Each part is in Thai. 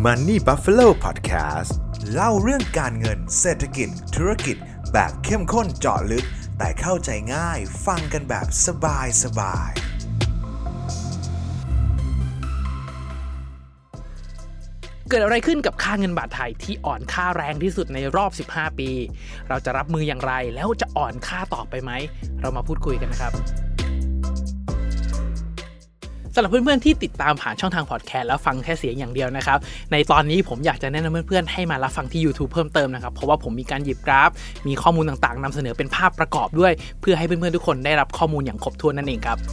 Money Buffalo Podcast เล่าเรื่องการเงินเศรษฐกิจธุรกิจแบบเข้มข้นเจาะลึกแต่เข้าใจง่ายฟังกันแบบสบายเกิดอะไรขึ้นกับค่าเงินบาทไทยที่อ่อนค่าแรงที่สุดในรอบ15ปีเราจะรับมืออย่างไรแล้วจะอ่อนค่าต่อไปไหมเรามาพูดคุยกันนะครับสำหรับเพื่อนๆที่ติดตามผ่านช่องทางพอดแคสต์แล้วฟังแค่เสียงอย่างเดียวนะครับในตอนนี้ผมอยากจะแนะนำเพื่อนๆให้มารับฟังที่ YouTube เพิ่มเติมนะครับเพราะว่าผมมีการหยิบกราฟมีข้อมูลต่างๆนำเสนอเป็นภาพประกอบด้วยเพื่อให้เพื่อนๆทุกคนได้รับข้อมูลอย่างครบถ้วนนั่นเองครับ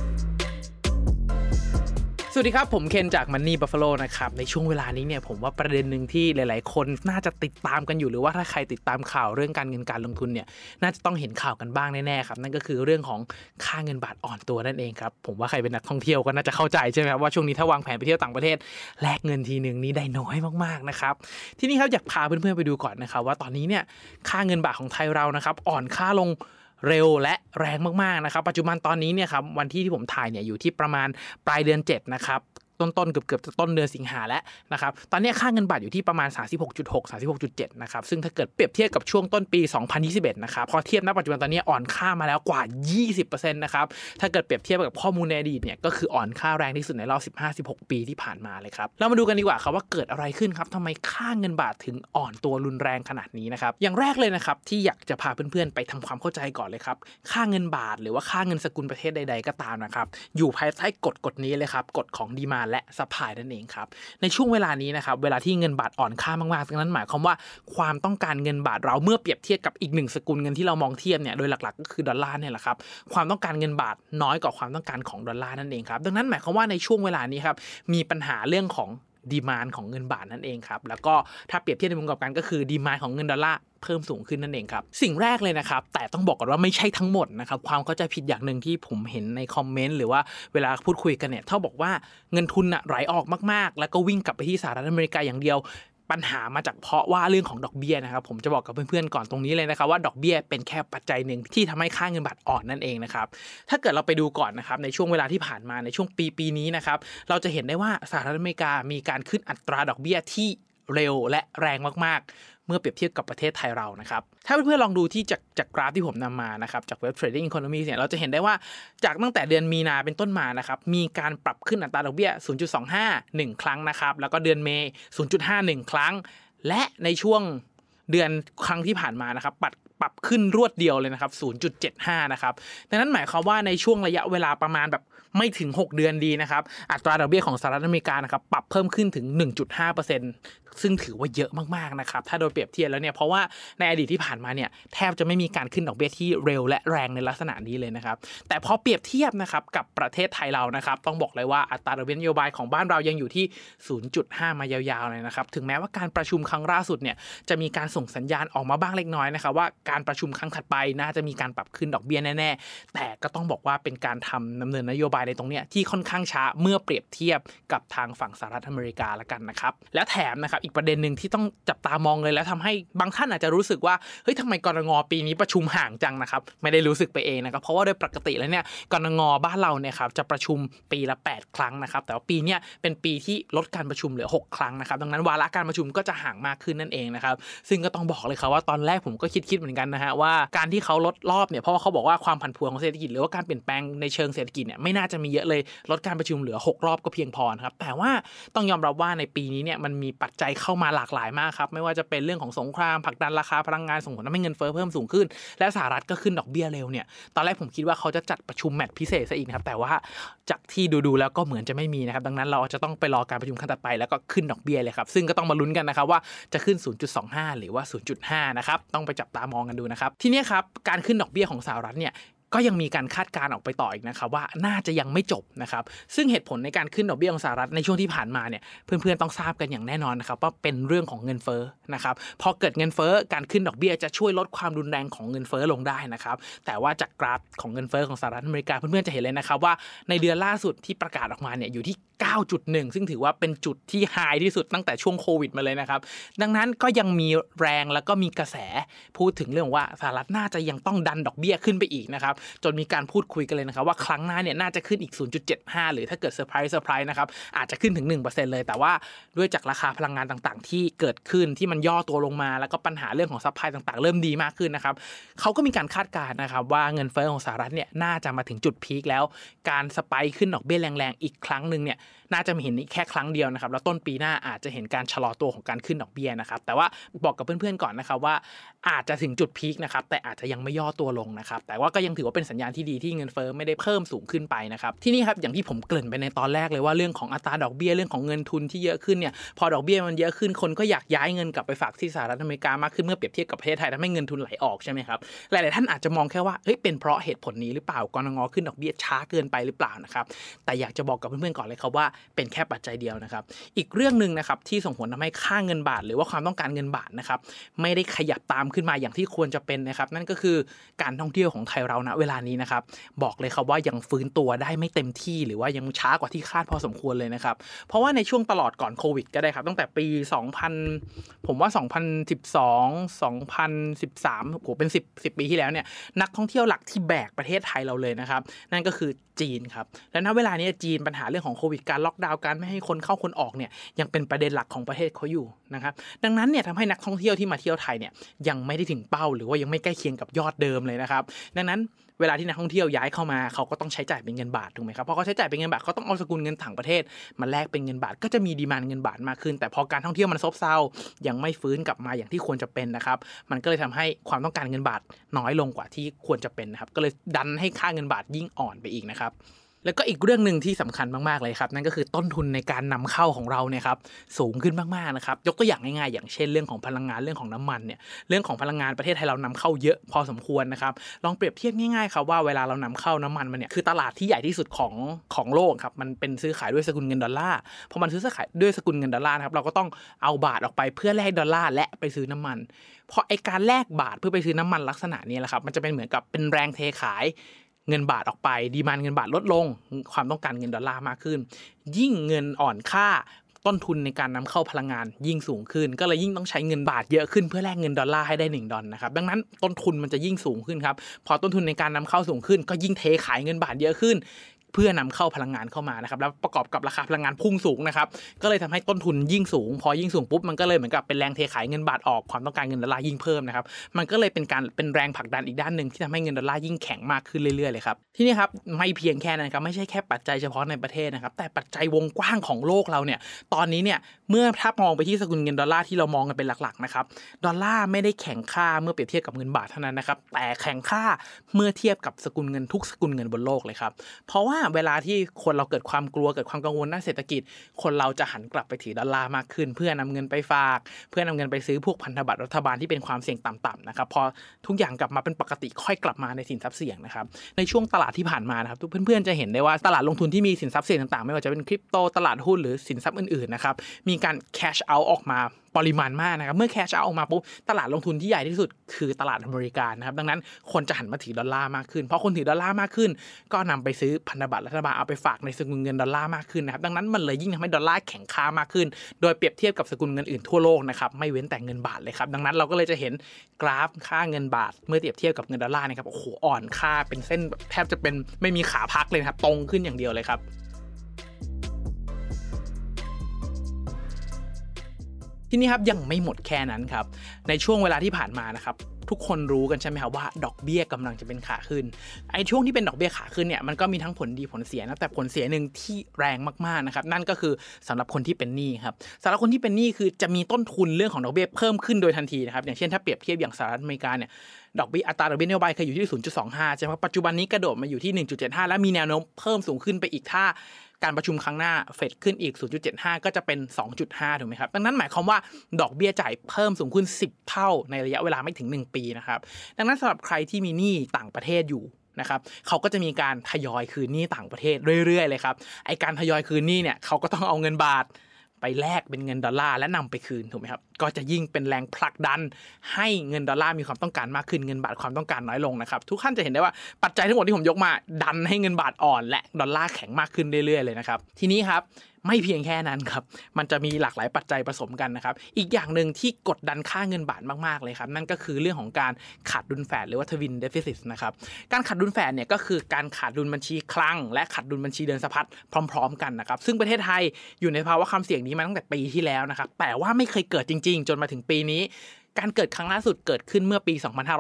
สวัสดีครับผมเคนจาก Money Buffalo นะครับในช่วงเวลานี้เนี่ยผมว่าประเด็นหนึ่งที่หลายๆคนน่าจะติดตามกันอยู่หรือว่าถ้าใครติดตามข่าวเรื่องการเงินการลงทุนเนี่ยน่าจะต้องเห็นข่าวกันบ้างแน่ๆครับนั่นก็คือเรื่องของค่าเงินบาทอ่อนตัวนั่นเองครับผมว่าใครเป็นนักท่องเที่ยวก็น่าจะเข้าใจใช่ไหมครับว่าช่วงนี้ถ้าวางแผนไปเที่ยวต่างประเทศแลกเงินทีนึงนี่ได้น้อยมากๆนะครับทีนี้ครับอยากพาเพื่อนๆไปดูก่อนนะครับว่าตอนนี้เนี่ยค่าเงินบาทของไทยเรานะครับอ่อนค่าลงเร็วและแรงมากๆนะครับปัจจุบันตอนนี้เนี่ยครับวันที่ผมถ่ายเนี่ยอยู่ที่ประมาณปลายเดือน7นะครับต้นเกือบจะต้นเดือนสิงหาแล้วนะครับตอนนี้ค่าเงินบาทอยู่ที่ประมาณ 36.6 36.7 นะครับซึ่งถ้าเกิดเปรียบเทียบกับช่วงต้นปี 2021 นะครับพอเทียบณปัจจุบันตอนนี้อ่อนค่ามาแล้วกว่า 20% นะครับถ้าเกิดเปรียบเทียบกับข้อมูลในอดีตเนี่ยก็คืออ่อนค่าแรงที่สุดในรอบ 15-16 ปีที่ผ่านมาเลยครับเรามาดูกันดีกว่าครับว่าเกิดอะไรขึ้นครับทำไมค่าเงินบาทถึงอ่อนตัวรุนแรงขนาดนี้นะครับอย่างแรกเลยนะครับที่อยากจะพาเพื่อนๆไปทำความเข้าใจก่อนเลยครับค่าเงินบาทหรือว่าค่าเงินสกุลประเทศใดๆก็ตามนะครับอยู่ภายใต้กฎนี้เลยครับกฎของดีมานด์และซัพพลายนั่นเองครับในช่วงเวลานี้นะครับเวลาที่เงินบาทอ่อนค่ามากๆนั้นหมายความว่าความต้องการเงินบาทเราเมื่อเปรียบเทียบกับอีกหนึ่งสกุลเงินที่เรามองเทียบเนี่ยโดยหลักๆก็คือดอลลาร์เนี่ยแหละครับความต้องการเงินบาทน้อยกว่าความต้องการของดอลลาร์นั่นเองครับดังนั้นหมายความว่าในช่วงเวลานี้ครับมีปัญหาเรื่องของดีมานด์ของเงินบาทนั่นเองครับแล้วก็ถ้าเปรียบเทียบในมุมกลับกันก็คือดีมานด์ของเงินดอลลาร์เพิ่มสูงขึ้นนั่นเองครับสิ่งแรกเลยนะครับแต่ต้องบอกก่อนว่าไม่ใช่ทั้งหมดนะครับความเข้าใจผิดอย่างนึงที่ผมเห็นในคอมเมนต์หรือว่าเวลาพูดคุยกันเนี่ยถ้าบอกว่าเงินทุนไหลออกมากๆแล้วก็วิ่งกลับไปที่สหรัฐอเมริกาอย่างเดียวปัญหามาจากเพราะว่าเรื่องของดอกเบี้ยนะครับผมจะบอกกับเพื่อนๆก่อนตรงนี้เลยนะครับว่าดอกเบี้ยเป็นแค่ปัจจัยหนึ่งที่ทำให้ค่าเงินบาทอ่อนนั่นเองนะครับถ้าเกิดเราไปดูก่อนนะครับในช่วงเวลาที่ผ่านมาในช่วงปีนี้นะครับเราจะเห็นได้ว่าสหรัฐอเมริกามีการขึ้นอัตราดอกเบี้ยที่เร็วและแรงมากๆเมื่อเปรียบเทียบกับประเทศไทยเรานะครับถ้าเพื่อนๆลองดูที่จากกราฟที่ผมนำมานะครับจากเว็บ Trading Economy เนี่ยเราจะเห็นได้ว่าจากตั้งแต่เดือนมีนาเป็นต้นมานะครับมีการปรับขึ้นอัตราดอกเบี้ย 0.25 1 ครั้งนะครับแล้วก็เดือนเมษายน 0.51 ครั้งและในช่วงเดือนครั้งที่ผ่านมานะครับปรับขึ้นรวดเดียวเลยนะครับ 0.75 นะครับดังนั้นหมายความว่าในช่วงระยะเวลาประมาณแบบไม่ถึง6เดือนดีนะครับอัตราดอกเบี้ยของสหรัฐอเมริกานะครับปรับเพิ่มขึ้นถึง 1.5% ซึ่งถือว่าเยอะมากๆนะครับถ้าโดยเปรียบเทียบแล้วเนี่ยเพราะว่าในอดีตที่ผ่านมาเนี่ยแทบจะไม่มีการขึ้นดอกเบี้ยที่เร็วและแรงในลักษณะนี้เลยนะครับแต่พอเปรียบเทียบนะครับกับประเทศไทยเรานะครับต้องบอกเลยว่าอัตราดอกเบี้ยนโยบายของบ้านเรายังอยู่ที่ 0.5 มายาวๆเลยนะครับถึงแม้ว่าการประชุมครั้งล่าสุดเนี่ยจะมีการส่งสัญญาณออกมาบ้างเล็กน้อยนะครับว่าการประชุมครั้งถัดไปน่าจะมีการปรับขึ้นดอกเบี้ยแน่ๆแต่ก็ต้องบอกว่าเป็นการดำเนินนโยบายในตรงนี้ที่ค่อนข้างช้าเมื่อเปรียบเทียบกับทางฝั่งสหรัฐอเมริกาละกันนะครับและแถมนะครับอีกประเด็นนึงที่ต้องจับตามองเลยแล้วทำให้บางท่านอาจจะรู้สึกว่าเฮ้ยทำไมกรงปีนี้ประชุมห่างจังนะครับไม่ได้รู้สึกไปเองนะครับเพราะว่าโดยปกติแล้วเนี่ยกรงบ้านเราเนี่ยครับจะประชุมปีละ8ครั้งนะครับแต่ว่าปีนี้เป็นปีที่ลดการประชุมเหลือ6ครั้งนะครับดังนั้นวาระการประชุมก็จะห่างมากขึ้นนั่นเองนะครับซึ่งก็ต้องบอกเลยครับว่าตอนแรกผมก็คิดเหมือนกันนะฮะว่าการที่เขาลดรอบเนี่ยเพราะว่าเขาบอกว่าความผันผวนของเศรษฐกิจหรือว่าการเปลี่ยนแปลงในเชิงเศรษฐกิจเนี่ยไม่น่าจะมีเยอะเลยลดการประชุมเหลือ6รอบก็เพียงพอครับแต่ว่าต้องยอมรับว่าในปีนี้เนี่ยมันมีปัจจัยเข้ามาหลากหลายมากครับไม่ว่าจะเป็นเรื่องของสงครามผลักดันราคาพลังงานส่งผลทำให้เงินเฟ้อเพิ่มสูงขึ้นและสหรัฐก็ขึ้นดอกเบี้ยเร็วเนี่ยตอนแรกผมคิดว่าเขาจะจัดประชุมแมตช์พิเศษซะอีกนะครับแต่ว่าจากที่ดูแล้วก็เหมือนจะไม่มีนะครับดังนั้นเราจะต้องไปรอการประชุมครั้งต่อไปแล้วก็ขึ้นดอกเบี้ยเลยครับซึ่งก็ต้องมาลุ้นกันนะครับว่าจะขึ้น 0.25 หรือว่า 0.5 นะครับต้องไปจับตามองกันดูนะครับทีนี้ครับการขึ้นดอกเบี้ยของสหรัฐเนี่ยก็ยังมีการคาดการณ์ออกไปต่ออีกนะครับว่าน่าจะยังไม่จบนะครับซึ่งเหตุผลในการขึ้นดอกเบี้ยของสหรัฐในช่วงที่ผ่านมาเนี่ยเพื่อนๆต้องทราบกันอย่างแน่นอนนะครับว่าเป็นเรื่องของเงินเฟ้อนะครับพอเกิดเงินเฟ้อการขึ้นดอกเบี้ยจะช่วยลดความรุนแรงของเงินเฟ้อลงได้นะครับแต่ว่าจากกราฟของเงินเฟ้อของสหรัฐอเมริกาเพื่อนๆจะเห็นเลยนะครับว่าในเดือนล่าสุดที่ประกาศออกมาเนี่ยอยู่ที่ 9.1 ซึ่งถือว่าเป็นจุดที่ไฮที่สุดตั้งแต่ช่วงโควิดมาเลยนะครับดังนั้นก็ยังมีแรงแล้วก็มีกระแสพูดถึงเรื่องว่าสหรัฐน่าจะยังต้องดันดอกเบี้ยขึ้นไปอีกนะครับจนมีการพูดคุยกันเลยนะครับว่าครั้งหน้าเนี่ยน่าจะขึ้นอีก 0.75 หรือถ้าเกิดเซอร์ไพรส์นะครับอาจจะขึ้นถึง 1% เลยแต่ว่าด้วยจากราคาพลังงานต่างๆที่เกิดขึ้นที่มันย่อตัวลงมาแล้วก็ปัญหาเรื่องของซัพพลายต่างๆเริ่มดีมากขึ้นนะครับเขาก็มีการคาดการณ์นะครับว่าเงินเฟ้อของสหรัฐเนี่ยน่าจะมาถึงจุดพีคแล้วการสไปค์ขึ้นดอกเบี้ยแรงๆอีกครั้งนึงเนี่ยน่าจะมีเห็นแค่ครั้งเดียวนะครับแล้วต้นปีหน้าอาจจะเห็นการชะลอตัวของการขึ้นดอกเบี้ยนะครับแต่ว่าบอกกับเพื่อนๆก่อนนะครับว่าอาจจะถึงจุดพีคนะครับแต่อาจจะยังไม่ย่อตัวลงนะครับแต่ว่าก็ยังถือว่าเป็นสัญญาณที่ดีที่เงินเฟ้อไม่ได้เพิ่มสูงขึ้นไปนะครับที่นี่ครับอย่างที่ผมเกริ่นไปในตอนแรกเลยว่าเรื่องของอัตราดอกเบี้ยเรื่องของเงินทุนที่เยอะขึ้นเนี่ยพอดอกเบี้ยมันเยอะขึ้นคนก็อยากย้ายเงินกลับไปฝากที่สหรัฐอเมริกามากขึ้นเมื่อเปรียบเทียบกับประเทศไทยทำให้เงินทุนไหลออกใช่ไหมครับหลายๆท่านอาจจะมองแค่ว่าเป็นเพราะเหตุผลนี้หรือเปล่ากนง.ขึ้นดอกเบี้ยช้าเกินไปหรือเปล่านะครับแต่อยากจะบอกกับเพื่อนๆก่อนเลยครับว่าเป็นแค่ปัจจัยเดียวนะครับอีกเรื่องนึงนะครับที่ส่งผลทำให้ค่าเงินบาทหรือว่าความต้องการเงินบาทนะครับไม่ได้ขยับตามขึ้นมาอย่างที่ควรจะเป็นนะครับนั่นก็คือการท่องเที่ยวของไทยเราณเวลานี้นะครับบอกเลยครับว่ายังฟื้นตัวได้ไม่เต็มที่หรือว่ายังช้ากว่าที่คาดพอสมควรเลยนะครับเพราะว่าในช่วงตลอดก่อนโควิดก็ได้ครับตั้งแต่ปี 2000 ผมว่า 2012 2013โหเป็น10 ปีที่แล้วเนี่ยนักท่องเที่ยวหลักที่แบกประเทศไทยเราเลยนะครับนั่นก็คือจีนครับและณเวลานี้จีนปัญหาเรื่องของโควิดการล็อกดาวน์การไม่ให้คนเข้าคนออกเนี่ยยังเป็นประเด็นหลักของประเทศเขาอยู่นะครับดังนั้นเนี่ยทำให้นักท่องเที่ยวที่มาเที่ยวไทยเนี่ยยังไม่ได้ถึงเป้าหรือว่ายังไม่ใกล้เคียงกับยอดเดิมเลยนะครับดังนั้นเวลาที่นักท่องเที่ยวย้ายเข้ามาเขาก็ต้องใช้จ่ายเป็นเงินบาทถูกไหมครับพอเขาใช้จ่ายเป็นเงินบาทเขาต้องเอาสกุลเงินต่างประเทศมาแลกเป็นเงินบาทก็จะมีดีมานด์เงินบาทมากขึ้นแต่พอการท่องเที่ยวมันซบเซายังไม่ฟื้นกลับมาอย่างที่ควรจะเป็นนะครับมันก็เลยทำให้ความต้องการเงินบาทน้อยลงกว่าที่ควรจะเป็นนะครับก็เลยดันให้ค่าเงินบาทยิ่งอ่อนไปอีกนะครับแล้วก็อีกเรื่องนึงที่สำคัญมากๆเลยครับนั่นก็คือต้นทุนในการนำเข้าของเราเนี่ยครับสูงขึ้นมากๆนะครับยกตัวอย่างง่ายๆอย่างเช่นเรื่องของพลังงานเรื่องของน้ำมันเนี่ยเรื่องของพลังงานประเทศไทยเรานำเข้าเยอะพอสมควรนะครับลองเปรียบเทียบง่ายๆครับว่าเวลาเรานำเข้าน้ำมันมาเนี่ยคือตลาดที่ใหญ่ที่สุดของโลกครับมันเป็นซื้อขายด้วยสกุลเงินดอลลาร์พอมันซื้อขายด้วยสกุลเงินดอลลาร์นะครับเราก็ต้องเอาบาทออกไปเพื่อแลกดอลลาร์และไปซื้อน้ำมันพอไอการแลกบาทเพื่อไปซื้อน้ำมันลักษณะนี้แหละครับมันจะเป็นเหมือนกับเป็นแรงเทขายเงินบาทออกไปดีมานด์เงินบาทลดลงความต้องการเงินดอลลาร์มากขึ้นยิ่งเงินอ่อนค่าต้นทุนในการนำเข้าพลังงานยิ่งสูงขึ้นก็เลยยิ่งต้องใช้เงินบาทเยอะขึ้นเพื่อแลกเงินดอลลาร์ให้ได้1 ดอลลาร์นะครับดังนั้นต้นทุนมันจะยิ่งสูงขึ้นครับพอต้นทุนในการนำเข้าสูงขึ้นก็ยิ่งเทขายเงินบาทเยอะขึ้นเพื่อนำเข้าพลังงานเข้ามานะครับแล้วประกอบกับราคาพลังงานพุ่งสูงนะครับก็เลยทำให้ต้นทุนยิ่งสูงพอยิ่งสูงปุ๊บมันก็เลยเหมือนกับเป็นแรงเทขายเงินบาทออกความต้องการเงินดอลลาร์ยิ่งเพิ่มนะครับมันก็เลยเป็นแรงผลักดันอีกด้านนึงที่ทำให้เงินดอลลาร์ยิ่งแข็งมากขึ้นเรื่อยๆเลยครับที่นี่ครับไม่เพียงแค่นั้นครับไม่ใช่แค่ปัจจัยเฉพาะในประเทศนะครับแต่ปัจจัยวงกว้างของโลกเราเนี่ยตอนนี้เนี่ยเมื่อถ้ามองไปที่สกุลเงินดอลลาร์ที่เรามองกันเป็นหลักๆนะครับดอลลาร์ไม่ได้แข็งค่าเมื่อเปรียบเทียบกับเงินบาทเท่านั้นนะครับแต่แข็งค่าเมื่อเทียบกับสกุลเงินทุกสกุลเงินบนโลกเลยครับเพราะว่าเวลาที่คนเราเกิดความกลัวเกิดความกังวลด้านเศรษฐกิจคนเราจะหันกลับไปถือดอลลาร์มากขึ้นเพื่อนำเงินไปฝากเพื่อนำเงินไปซื้อพวกพันธบัตรรัฐบาลที่เป็นความเสี่ยงต่ำๆนะครับพอทุกอย่างกลับมาเป็นปกติค่อยกลับมาในสินทรัพย์เสี่ยงนะครับในช่วงตลาดที่ผ่านมานะครับทุกเพื่อนๆจะเห็นได้ว่าตลาดลงทุนที่มีสินทรัพย์เสี่ยงต่างๆไม่ว่าจะเป็นคริปโตตลาดหุ้นหรือสินทรัพย์อื่นๆนะครับมีการ cash out ออกมาปริมาณมากนะครับเมื่อ cash out ออกมาปุ๊บตลาดลงทุนที่ใหญ่ที่สุดคือตลาดอเมริกานะครับดังนั้นคนจะหันมาถือดอลลาร์มากขึ้นเพราะคนถือดอลลาร์มากขึ้นก็นำไปซื้อพันธบัตรรัฐบาลเอาไปฝากในสกุลเงินดอลลาร์มากขึ้นนะครับดังนั้นมันเลยยิ่งทำให้ดอลลาร์แข็งค่ามากขึ้นโดยเปรียบเทียบกับสกุลเงินอื่นทั่วโลกนะครับไม่เว้นแต่เงินบาทเลยครับดังนั้นเราก็เลยจะเห็นกราฟค่าเงินบาทเมื่อเปรียบเทียบกับเงินดอลลาร์นะครับโอ้โหอ่อนค่าเป็นเส้นแทบจะเป็นไม่มีขาพักเลยครับตรงขึ้นอย่างเดียวเลยครับที่นี่ครับยังไม่หมดแค่นั้นครับในช่วงเวลาที่ผ่านมานะครับทุกคนรู้กันใช่ไหมครับว่าดอกเบี้ยกำลังจะเป็นขาขึ้นไอ้ช่วงที่เป็นดอกเบี้ยขาขึ้นเนี่ยมันก็มีทั้งผลดีผลเสียนะแต่ผลเสียหนึ่งที่แรงมากๆนะครับนั่นก็คือสำหรับคนที่เป็นหนี้ครับสำหรับคนที่เป็นหนี้คือจะมีต้นทุนเรื่องของดอกเบี้ยเพิ่มขึ้นโดยทันทีนะครับอย่างเช่นถ้าเปรียบเทียบอย่างสหรัฐอเมริกาเนี่ยดอกเบี้ยอัตราดอกเบี้ยนโยบายเคยอยู่ที่ 0.25 ใช่ไหมปัจจุบันนี้กระโดดมาอยู่ที่ 1.75 และมีแนวโน้มเพิ่มสูงขึ้นไปอีกถ้าการประชุมครั้งหน้าเฟดขึ้นอีก 0.75 ก็จะเป็น 2.5 ถูกไหมครับดังนั้นหมายความว่าดอกเบี้ยจ่ายเพิ่มสูงขึ้น10 เท่าในระยะเวลาไม่ถึง1 ปีนะครับดังนั้นสำหรับใครที่มีหนี้ต่างประเทศอยู่นะครับเขาก็จะมีการทยอยคืนหนี้ต่างประเทศเรื่อยๆเลยครับไอ้การทยอยคืนหนี้เนี่ยเขาก็ต้องเอาเงินบาทไปแลกเป็นเงินดอลลาร์และนำไปคืนถูกไหมครับก็จะยิ่งเป็นแรงผลักดันให้เงินดอลลาร์มีความต้องการมากขึ้นเงินบาทความต้องการน้อยลงนะครับทุกท่านจะเห็นได้ว่าปัจจัยทั้งหมดที่ผมยกมาดันให้เงินบาทอ่อนและดอลลาร์แข็งมากขึ้นเรื่อยๆเลยนะครับทีนี้ครับไม่เพียงแค่นั้นครับมันจะมีหลากหลายปัจจัยผสมกันนะครับอีกอย่างนึงที่กดดันค่าเงินบาทมากๆเลยครับนั่นก็คือเรื่องของการขาดดุลแฝดหรือว่า twin deficit นะครับการขาดดุลแฝดเนี่ยก็คือการขาดดุลบัญชีคลังและขาดดุลบัญชีเดินสะพัดพร้อมๆกันนะครับซึ่งประเทศไทยอยู่ในภาวะความเสี่ยงนี้มาตั้งแต่ปีที่แล้วนะครับแต่ว่าไม่เคยเกิดจริงๆจนมาถึงปีนี้การเกิดครั้งล่าสุดเกิดขึ้นเมื่อปี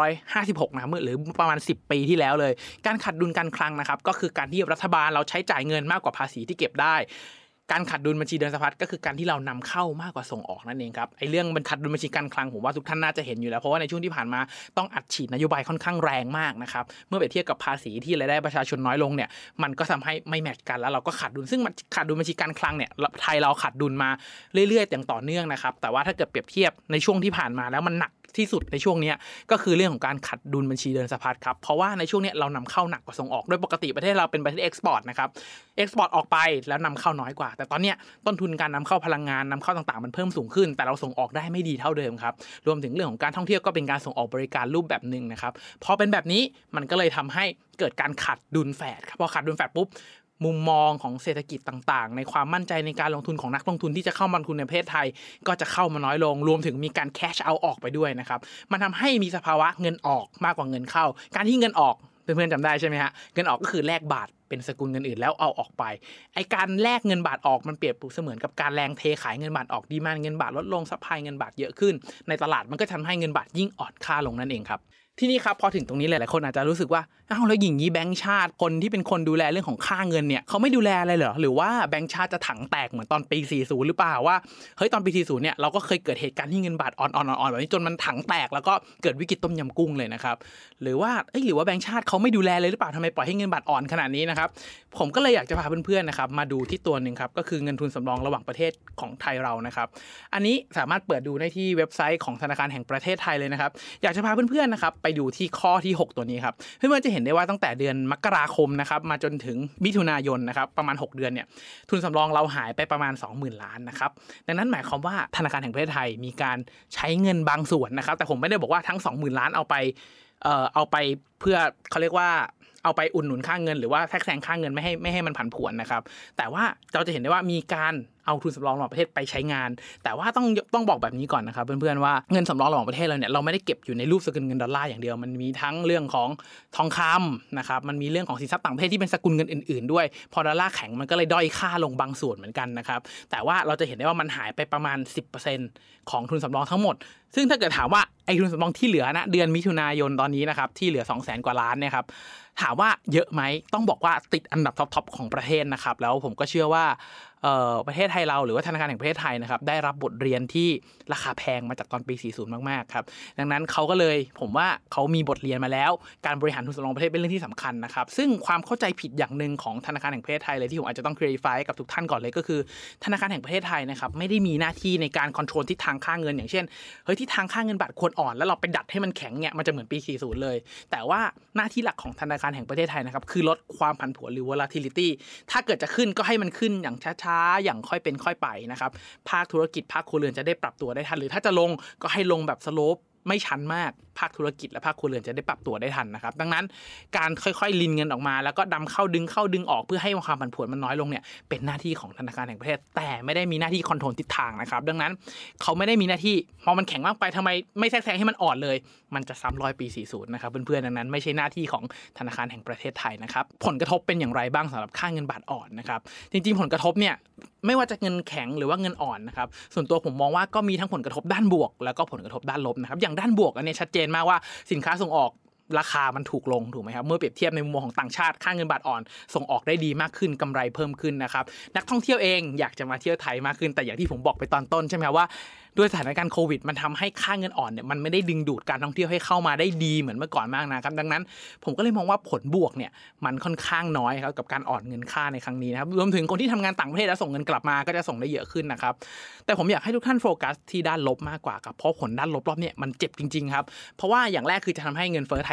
2556 นะครับหรือประมาณ10 ปีที่แล้วเลยการขาดดุลการคลังนะครับก็คือการที่รัฐบาลเราใช้จ่ายเงินมากกว่าภาษีที่เก็บได้การขาดดุลบัญชีเดินสะพัดก็คือการที่เรานำเข้ามากกว่าส่งออกนั่นเองครับไอ้เรื่องขาดดุลบัญชีการคลังผมว่าทุกท่านน่าจะเห็นอยู่แล้วเพราะว่าในช่วงที่ผ่านมาต้องอัดฉีดนโยบายค่อนข้างแรงมากนะครับเมื่อเปรียบเทียบกับภาษีที่รายได้ประชาชนน้อยลงเนี่ยมันก็ทำให้ไม่แมทช์กันแล้วเราก็ขาดดุลซึ่งขาดดุลบัญชีการคลังเนี่ยไทยเราขาดดุลมาเรื่อยๆอย่างต่อเนื่องนะครับแต่ว่าถ้าเกิดเปรียบเทียบในช่วงที่ผ่านมาแล้วมันหนักที่สุดในช่วงนี้ก็คือเรื่องของการขัดดุลบัญชีเดินสะพัดครับเพราะว่าในช่วงนี้เรานำเข้าหนักกว่าส่งออกโดยปกติประเทศเราเป็นประเทศเอ็กซ์พอร์ตนะครับเอ็กซ์พอร์ตออกไปแล้วนำเข้าน้อยกว่าแต่ตอนนี้ต้นทุนการนำเข้าพลังงานนำเข้าต่างๆมันเพิ่มสูงขึ้นแต่เราส่งออกได้ไม่ดีเท่าเดิมครับรวมถึงเรื่องของการท่องเที่ยวก็เป็นการส่งออกบริการรูปแบบนึงนะครับพอเป็นแบบนี้มันก็เลยทำให้เกิดการขัดดุลแฝดครับพอขัดดุลแฝดปุ๊บมุมมองของเศรษฐกิจต่างๆในความมั่นใจในการลงทุนของนักลงทุนที่จะเข้ามาลงทุนในประเทศไทยก็จะเข้ามาน้อยลงรวมถึงมีการแคชเอาท์ออกไปด้วยนะครับมันทำให้มีสภาวะเงินออกมากกว่าเงินเข้าการที่เงินออกเพื่อนๆจำได้ใช่ไหมฮะเงินออกก็คือแลกบาทเป็นสกุลเงินอื่นแล้วเอาออกไปไอการแลกเงินบาทออกมันเปรียบเสมือนกับการแรงเทขายเงินบาทออกดีมานด์เงินบาทลดลงซัพพลายเงินบาทเยอะขึ้นในตลาดมันก็ทำให้เงินบาทยิ่งอ่อนค่าลงนั่นเองครับที่นี่ครับพอถึงตรงนี้หลายๆคนอาจจะรู้สึกว่าอ้าวแล้วอย่างนี้แบงก์ชาติคนที่เป็นคนดูแลเรื่องของค่าเงินเนี่ยเขาไม่ดูแลอะไรเหรอหรือว่าแบงก์ชาติจะถังแตกเหมือนตอนปี 40 หรือเปล่าว่าเฮ้ยตอนปี 40 เนี่ยเราก็เคยเกิดเหตุการณ์ที่เงินบาทอ่อนๆแบบนี้จนมันถังแตกแล้วก็เกิดวิกฤตต้มยำกุ้งเลยนะครับหรือว่าแบงก์ชาติเขาไม่ดูแลเลยหรือเปล่าทำไมปล่อยให้เงินบาทอ่อนขนาดนี้นะครับผมก็เลยอยากจะพาเพื่อนๆนะครับมาดูที่ตัวนึงครับก็คือเงินทุนสำรองระหว่างประเทศของไทยเรานะครับอันนี้สามารถเปิดดูได้ที่เว็บไซต์ของธนาคารแห่งประเทศไทยเลยนะครับอยากจะพาเพื่อนๆนะครับไปดูที่ข้อที่6ตัวนี้ครับเพื่อนๆจะเห็นได้ว่าตั้งแต่เดือนมกราคมนะครับมาจนถึงมิถุนายนนะครับประมาณ6เดือนเนี่ยทุนสำรองเราหายไปประมาณ 20,000 ล้านนะครับดังนั้นหมายความว่าธนาคารแห่งประเทศไทยมีการใช้เงินบางส่วนนะครับแต่ผมไม่ได้บอกว่าทั้ง 20,000 ล้านเอาไปเพื่อเขาเรียกว่าเอาไปอุดหนุนค่าเงินหรือว่าแทรกแซงค่าเงินไม่ให้มันผันผวนนะครับแต่ว่าเราจะเห็นได้ว่ามีการเอาทุนสำรองระหว่างประเทศไปใช้งานแต่ว่าต้องบอกแบบนี้ก่อนนะครับเพื่อนๆว่าเงินสำรองระหว่างประเทศเราเนี่ยเราไม่ได้เก็บอยู่ในรูปสกุลเงินดอลลาร์อย่างเดียวมันมีทั้งเรื่องของทองคำนะครับมันมีเรื่องของสินทรัพย์ต่างประเทศที่เป็นสกุลเงินอื่นๆด้วยพอดอลลาร์แข็งมันก็เลยด้อยค่าลงบางส่วนเหมือนกันนะครับแต่ว่าเราจะเห็นได้ว่ามันหายไปประมาณ 10% ของทุนสำรองทั้งหมดซึ่งถ้าเกิดถามว่าไอ้ทุนสำรองที่เหลือนะเดือนมิถุนายนตอนนี้นะครับที่เหลือ 200,000 กว่าล้านเนี่ยครับถามว่าเยอะไหมต้องบอกว่าติดอันดับท็อปๆของประเทศนะครับแล้วผมก็เชื่อว่าประเทศไทยเราหรือว่าธนาคารแห่งประเทศไทยนะครับได้รับบทเรียนที่ราคาแพงมาจากตอนปี 40 มากๆครับดังนั้นเขาก็เลยผมว่าเขามีบทเรียนมาแล้วการบริหารทุนสำรองประเทศเป็นเรื่องที่สำคัญนะครับซึ่งความเข้าใจผิดอย่างนึงของธนาคารแห่งประเทศไทยเลยที่ผมอาจจะต้อง clarify กับทุกท่านก่อนเลยก็คือธนาคารแห่งประเทศไทยนะครับไม่ได้มีหน้าที่ในการคอนโทรลทิศทางค่าเงินอย่างเช่นเฮ้ยทิศทางค่าเงินบาทควรอ่อนแล้วเราไปดัดให้มันแข็งเนี่ยมันจะเหมือนปี 40 เลยแต่ว่าหน้าที่หลักของธนาคารแห่งประเทศไทยนะครับคือลดความผันผวนหรือ volatility ถ้าเกิดจะขึ้นก็ให้มันขึ้นอย่างช้าๆอย่างค่อยเป็นค่อยไปนะครับภาคธุรกิจภาคครัวเรือนจะได้ปรับตัวได้ทันหรือถ้าจะลงก็ให้ลงแบบสโลปไม่ชันมากภาคธุรกิจและภาคครัวเรือนจะได้ปรับตัวได้ทันนะครับดังนั้นการค่อยๆลินเงินออกมาแล้วก็ดำเข้าดึงออกเพื่อให้ความผันผวนมันน้อยลงเนี่ยเป็นหน้าที่ของธนาคารแห่งประเทศแต่ไม่ได้มีหน้าที่คอนโทรลทิศทางนะครับดังนั้นเขาไม่ได้มีหน้าที่พอมันแข็งมากไปทำไมไม่แทรกแซงให้มันอ่อนเลยมันจะซ้ำรอยปี 40 นะครับเพื่อนๆดังนั้นไม่ใช่หน้าที่ของธนาคารแห่งประเทศไทยนะครับผลกระทบเป็นอย่างไรบ้างสำหรับค่าเงินบาทอ่อนนะครับจริงๆผลกระทบเนี่ยไม่ว่าจะเงินแข็งหรือว่าเงินอ่อนนะครับส่วนตัวผมมองว่าก็มีทั้งผลกระทบด้านบวกแล้วก็ผลกระทบด้านลบนะครับอย่างด้านบวกอันนี้ชัดเจนมากว่าสินค้าส่งออกราคามันถูกลงถูกไหมครับเมื่อเปรียบเทียบในมุมมองของต่างชาติค่าเงินบาทอ่อนส่งออกได้ดีมากขึ้นกำไรเพิ่มขึ้นนะครับนักท่องเที่ยวเองอยากจะมาเที่ยวไทยมากขึ้นแต่อย่างที่ผมบอกไปตอนต้นใช่ไหมครับว่าด้วยสถานการณ์โควิดมันทำให้ค่าเงินอ่อนเนี่ยมันไม่ได้ดึงดูดการท่องเที่ยวให้เข้ามาได้ดีเหมือนเมื่อก่อนมากนะครับดังนั้นผมก็เลยมองว่าผลบวกเนี่ยมันค่อนข้างน้อยครับกับการอ่อนเงินค่าในครั้งนี้นะครับรวมถึงคนที่ทำงานต่างประเทศแล้วส่งเงินกลับมาก็จะส่งได้เยอะขึ้นนะครับแต่ผมอยากให้ทุกท่านโฟกัสที่ด้านลบมากกว่าครับเพราะผลด้านลบรอบนี้มันเจ็บจริงๆครับเพราะว่าอย่างแรกคือจะทำให้เงินเฟ้อไทย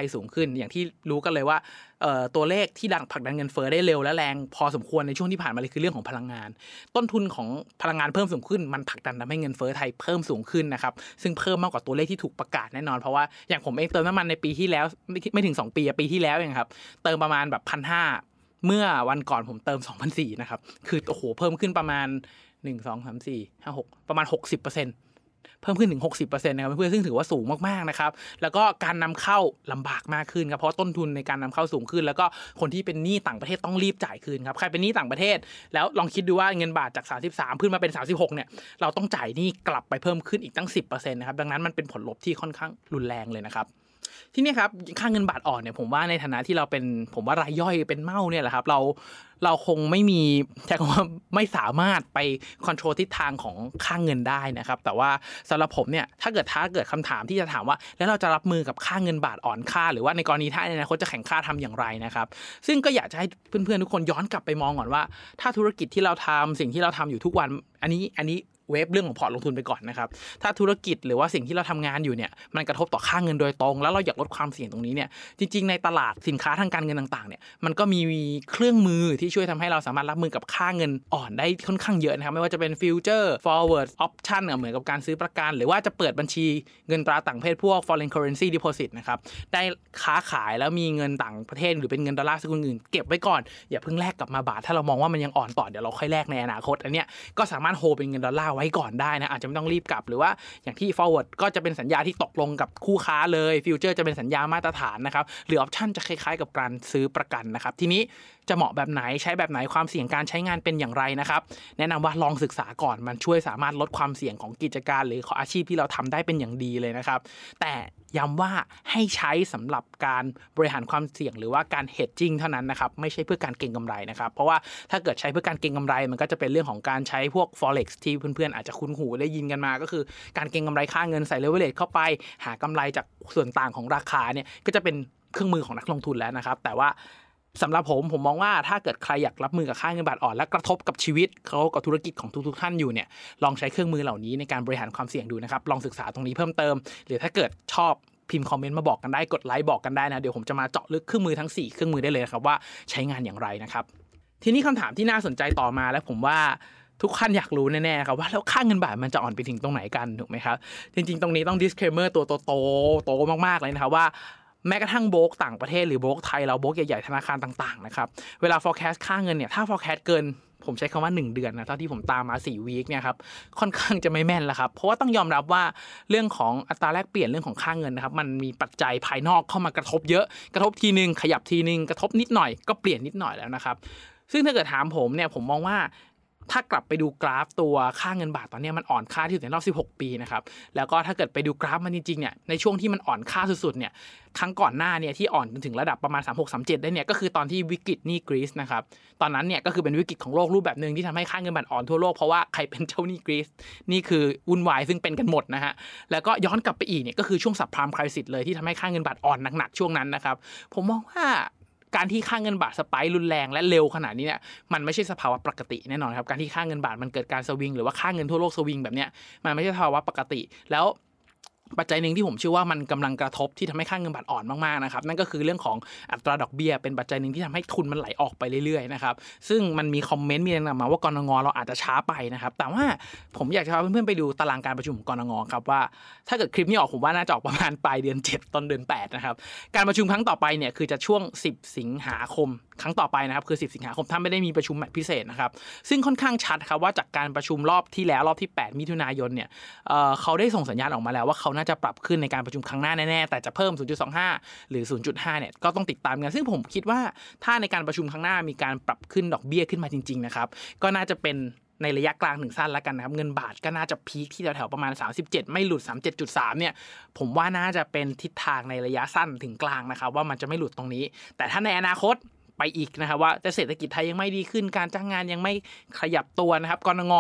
ยสูงขึ้นอย่างที่รู้กันเลยว่าตัวเลขที่ผลักดันเงินเฟ้อได้เร็วและแรงพอสมควรในช่วงที่ผ่านมาเลยคือเรื่องของพลังงานต้นทุนของพลังงานเพิ่มสูงขึ้นมันผลักดันทำให้เงินเฟ้อไทยเพิ่มสูงขึ้นนะครับซึ่งเพิ่มมากกว่าตัวเลขที่ถูกประกาศแน่นอนเพราะว่าอย่างผมเองเติมน้ำมันในปีที่แล้วไม่ถึง2ปีปีที่แล้วเองครับเติมประมาณแบบ 1,500 เมื่อวันก่อนผมเติม 2,400 นะครับคือโอ้โหเพิ่มขึ้นประมาณ1 2 3 4 5 6ประมาณ 60%เพิ่มขึ้นถึง 60% นะครับเพื่อนซึ่งถือว่าสูงมากๆนะครับแล้วก็การนำเข้าลำบากมากขึ้นครับเพราะต้นทุนในการนำเข้าสูงขึ้นแล้วก็คนที่เป็นหนี้ต่างประเทศต้องรีบจ่ายคืนครับใครเป็นหนี้ต่างประเทศแล้วลองคิดดูว่าเงินบาทจาก33ขึ้นมาเป็น36เนี่ยเราต้องจ่ายหนี้กลับไปเพิ่มขึ้นอีกตั้ง 10% นะครับดังนั้นมันเป็นผลลบที่ค่อนข้างรุนแรงเลยนะครับที่นี่ครับค่าเงินบาทอ่อนเนี่ยผมว่าในฐานะที่เราเป็นผมว่ารายย่อยเป็นเม่าเนี่ยแหละครับเราคงไม่มีใช้คำว่าไม่สามารถไปคอนโทรลทิศทางของค่าเงินได้นะครับแต่ว่าสำหรับผมเนี่ยถ้าเกิดคำถามที่จะถามว่าแล้วเราจะรับมือกับค่าเงินบาทอ่อนค่าหรือว่าในกรณีถ้าในอนาคตจะแข่งค่าทำอย่างไรนะครับซึ่งก็อยากจะให้เพื่อนๆทุกคนย้อนกลับไปมองก่อนว่าถ้าธุรกิจที่เราทำสิ่งที่เราทำอยู่ทุกวันอันนี้เวฟเรื่องของพอร์ตลงทุนไปก่อนนะครับถ้าธุรกิจหรือว่าสิ่งที่เราทำงานอยู่เนี่ยมันกระทบต่อค่าเงินโดยตรงแล้วเราอยากลดความเสี่ยงตรงนี้เนี่ยจริงๆในตลาดสินค้าทางการเงินต่างๆเนี่ยมันก็มีเครื่องมือที่ช่วยทำให้เราสามารถรับมือกับค่าเงินอ่อนได้ค่อนข้างเยอะนะครับไม่ว่าจะเป็นฟิวเจอร์ฟอร์เวิร์ดออปชั่นเหมือนกับการซื้อประกันหรือว่าจะเปิดบัญชีเงินตราต่างประเทศพวก foreign currency deposit นะครับได้ค้าขายแล้วมีเงินต่างประเทศหรือเป็นเงินดอลลาร์สกุลอื่นเก็บไว้ก่อนอย่าเพิ่งแลกกลับมาบาทถ้าเรามองว่ามันยังอ่อนต่อเดี๋ยวเราค่อยแลกในอนาคตอันเนี้ยก็สามารถโฮเป็นเงินดอลลาร์ไว้ก่อนได้นะอาจจะไม่ต้องรีบกลับหรือว่าอย่างที่ forward ก็จะเป็นสัญญาที่ตกลงกับคู่ค้าเลยฟิวเจอร์จะเป็นสัญญามาตรฐานนะครับหรือออปชั่นจะคล้ายๆกับการซื้อประกันนะครับทีนี้จะเหมาะแบบไหนใช้แบบไหนความเสี่ยงการใช้งานเป็นอย่างไรนะครับแนะนำว่าลองศึกษาก่อนมันช่วยสามารถลดความเสี่ยงของกิจการหรือของอาชีพที่เราทำได้เป็นอย่างดีเลยนะครับแต่ย้ำว่าให้ใช้สำหรับการบริหารความเสี่ยงหรือว่าการ hedging เท่านั้นนะครับไม่ใช่เพื่อการเก็งกำไรนะครับเพราะว่าถ้าเกิดใช้เพื่อการเก็งกำไรมันก็จะเป็นเรื่องของการใช้พวก forex ที่เพื่อนๆอาจจะคุ้นหูได้ยินกันมาก็คือการเก็งกำไรค่าเงินใส่ leverage เข้าไปหากำไรจากส่วนต่างของราคาเนี่ยก็จะเป็นเครื่องมือของนักลงทุนแล้วนะครับแต่ว่าสำหรับผมมองว่าถ้าเกิดใครอยากรับมือกับค่าเงินบาทอ่อนและกระทบกับชีวิตเขากับธุรกิจของทุกท่านอยู่เนี่ยลองใช้เครื่องมือเหล่านี้ในการบริหารความเสี่ยงดูนะครับลองศึกษาตรงนี้เพิ่มเติมหรือถ้าเกิดชอบพิมพ์คอมเมนต์มาบอกกันได้กดไลค์บอกกันได้นะเดี๋ยวผมจะมาเจาะลึกเครื่องมือทั้ง4เครื่องมือได้เลยครับว่าใช้งานอย่างไรนะครับทีนี้คำถามที่น่าสนใจต่อมาและผมว่าทุกท่านอยากรู้แน่ๆครับว่าแล้วค่าเงินบาทมันจะอ่อนไปถึงตรงไหนกันถูกไหมครับจริงๆตรงนี้ต้อง disclaimer ตัวโตมากๆเลยนะครับว่าแม้กระทั่งโบรกต่างประเทศหรือโบรกไทยเราโบรกใหญ่ๆธนาคารต่างๆนะครับเวลา forecast ค่าเงินเนี่ยถ้า forecast เกินผมใช้คำว่า1เดือนนะเท่าที่ผมตามมา4 วีคเนี่ยครับค่อนข้างจะไม่แม่นแล้วครับเพราะว่าต้องยอมรับว่าเรื่องของอัตราแลกเปลี่ยนเรื่องของค่าเงินนะครับมันมีปัจจัยภายนอกเข้ามากระทบเยอะกระทบทีนึงขยับทีนึงกระทบนิดหน่อยก็เปลี่ยนนิดหน่อยแล้วนะครับซึ่งถ้าเกิดถามผมเนี่ยผมมองว่าถ้ากลับไปดูกราฟตัวค่าเงินบาทตอนนี้มันอ่อนค่าที่สุดในรอบ16 ปีนะครับแล้วก็ถ้าเกิดไปดูกราฟมันจริงๆเนี่ยในช่วงที่มันอ่อนค่าสุดๆเนี่ยครั้งก่อนหน้าเนี่ยที่อ่อนจนถึงระดับประมาณ36-37ได้เนี่ยก็คือตอนที่วิกฤตหนี้กรีซนะครับตอนนั้นเนี่ยก็คือเป็นวิกฤตของโลกรูปแบบนึงที่ทำให้ค่าเงินบาทอ่อนทั่วโลกเพราะว่าใครเป็นเจ้าหนี้กรีซนี่คือวุ่นวายซึ่งเป็นกันหมดนะฮะแล้วก็ย้อนกลับไปอีกเนี่ยก็คือช่วงซับไพรม์ไครซิสเลยที่ทำให้ค่าเงินบาทอ่อนหนักๆช่วงนั้นนะครับผมมองว่าการที่ค่าเงินบาทสไปค์รุนแรงและเร็วขนาดนี้เนี่ยมันไม่ใช่สภาวะปกติแน่นอนครับการที่ค่าเงินบาทมันเกิดการสวิงหรือว่าค่าเงินทั่วโลกสวิงแบบเนี้ยมันไม่ใช่สภาวะปกติแล้วปัจจัยหนึ่งที่ผมเชื่อว่ามันกำลังกระทบที่ทำให้ค่าเงินบาทอ่อนมากๆนะครับนั่นก็คือเรื่องของอัตราดอกเบี้ยเป็นปัจจัยหนึ่งที่ทำให้ทุนมันไหลออกไปเรื่อยๆนะครับซึ่งมันมีคอมเมนต์มีแนะนำมาว่ากนง.เราอาจจะช้าไปนะครับแต่ว่าผมอยากจะพาเพื่อนๆไปดูตารางการประชุมของกนง.ครับว่าถ้าเกิดคลิปนี้ออกผมว่าน่าจะออกประมาณปลายเดือน7ต้นเดือน8นะครับการประชุมครั้งต่อไปเนี่ยคือจะช่วง10สิงหาคมครั้งต่อไปนะครับคือ10สิงหาคมถ้าไม่ได้มีประชุมพิเศษนะครับซึ่งค่อนข้างชัดครับว่าจากการประชุมรอบที่แล้วรอบที่8มิถุนายนเนี่ยเขาได้ส่งสัญญาณออกมาแล้วว่าเขาน่าจะปรับขึ้นในการประชุมครั้งหน้าแน่ๆแต่จะเพิ่ม 0.25 หรือ 0.5 เนี่ยก็ต้องติดตามกันซึ่งผมคิดว่าถ้าในการประชุมครั้งหน้ามีการปรับขึ้นดอกเบี้ยขึ้นมาจริงๆนะครับก็น่าจะเป็นในระยะกลางถึงสั้นแล้วกันนะครับเงินบาทก็น่าจะพีคที่แถวๆประมาณ37ไม่หลุด 37.3 เนี่ยผมว่าน่าจะเป็นทิศทางในระยะสั้นถึงกลางนะครับว่ามันจะไม่หลุดตรงนี้แต่ถ้าในอนาคตไปอีกนะครับว่าเศรษฐกิจไทยยังไม่ดีขึ้นการจ้างงานยังไม่ขยับตัวนะครับกนง.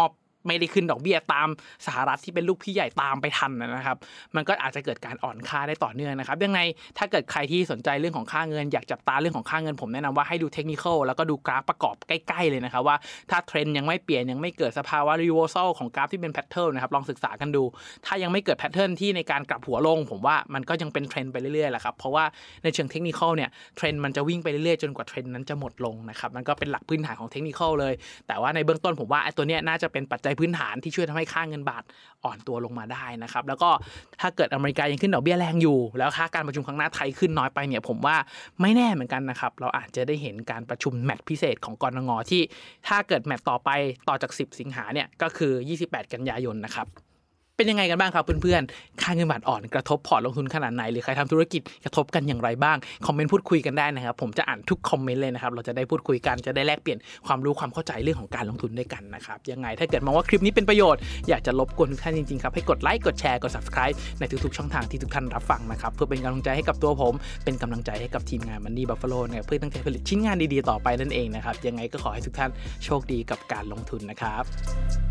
ไม่ได้ขึ้นดอกเบี้ยตามสหรัฐที่เป็นลูกพี่ใหญ่ตามไปทันนะครับมันก็อาจจะเกิดการอ่อนค่าได้ต่อเนื่องนะครับยังไงถ้าเกิดใครที่สนใจเรื่องของค่าเงินอยากจับตาเรื่องของค่าเงินผมแนะนำว่าให้ดูเทคนิคอลแล้วก็ดูกราฟประกอบใกล้ๆเลยนะครับว่าถ้าเทรนด์ยังไม่เปลี่ยนยังไม่เกิดสภาวะรีเวอร์ซัลของกราฟที่เป็นแพทเทิร์นนะครับลองศึกษากันดูถ้ายังไม่เกิดแพทเทิร์นที่ในการกลับหัวลงผมว่ามันก็ยังเป็นเทรนด์ไปเรื่อยๆแหละครับเพราะว่าในเชิงเทคนิคอลเนี่ยเทรนด์มันจะวิ่งไปเรื่อยๆจนกว่าเทรนด์นั้นจะหมดลงนะครับมันก็เป็นหลักพื้นฐานของเทคนิคอลเลยแต่ว่าในเบื้องต้นผมว่าไอ้ตัวเนี้ยน่าจะเป็นปัจจัยพื้นฐานที่ช่วยทำให้ค่าเงินบาทอ่อนตัวลงมาได้นะครับแล้วก็ถ้าเกิดอเมริกายังขึ้นดอกเบี้ยแรงอยู่แล้วค่าการประชุมครั้งหน้าไทยขึ้นน้อยไปเนี่ยผมว่าไม่แน่เหมือนกันนะครับเราอาจจะได้เห็นการประชุมแมตช์พิเศษของกนง.ที่ถ้าเกิดแมตช์ต่อไปต่อจาก10สิงหาเนี่ยก็คือ28กันยายนนะครับเป็นยังไงกันบ้างครับเพื่อนๆค่าเงินบาทอ่อนกระทบพอร์ตลงทุนขนาดไหนหรือใครทำธุรกิจกระทบกันอย่างไรบ้างคอมเมนต์พูดคุยกันได้นะครับผมจะอ่านทุกคอมเมนต์เลยนะครับเราจะได้พูดคุยกันจะได้แลกเปลี่ยนความรู้ความเข้าใจเรื่องของการลงทุนด้วยกันนะครับยังไงถ้าเกิดมองว่าคลิปนี้เป็นประโยชน์อยากจะรบกวนทุกท่านจริงๆครับให้กดไลค์กดแชร์กด Subscribe ในทุกๆช่องทางที่ทุกท่านรับฟังนะครับเพื่อเป็นกำลังใจให้กับตัวผมเป็นกำลังใจให้กับทีมงาน Money Buffalo นะครับเพื่อตั้งใจผลิตชิ้นงานดีๆต่อไปนั่นเองนะครับยังไงก็ขอให้ทุกท่านโชคดีกับการลงทุนนะครับ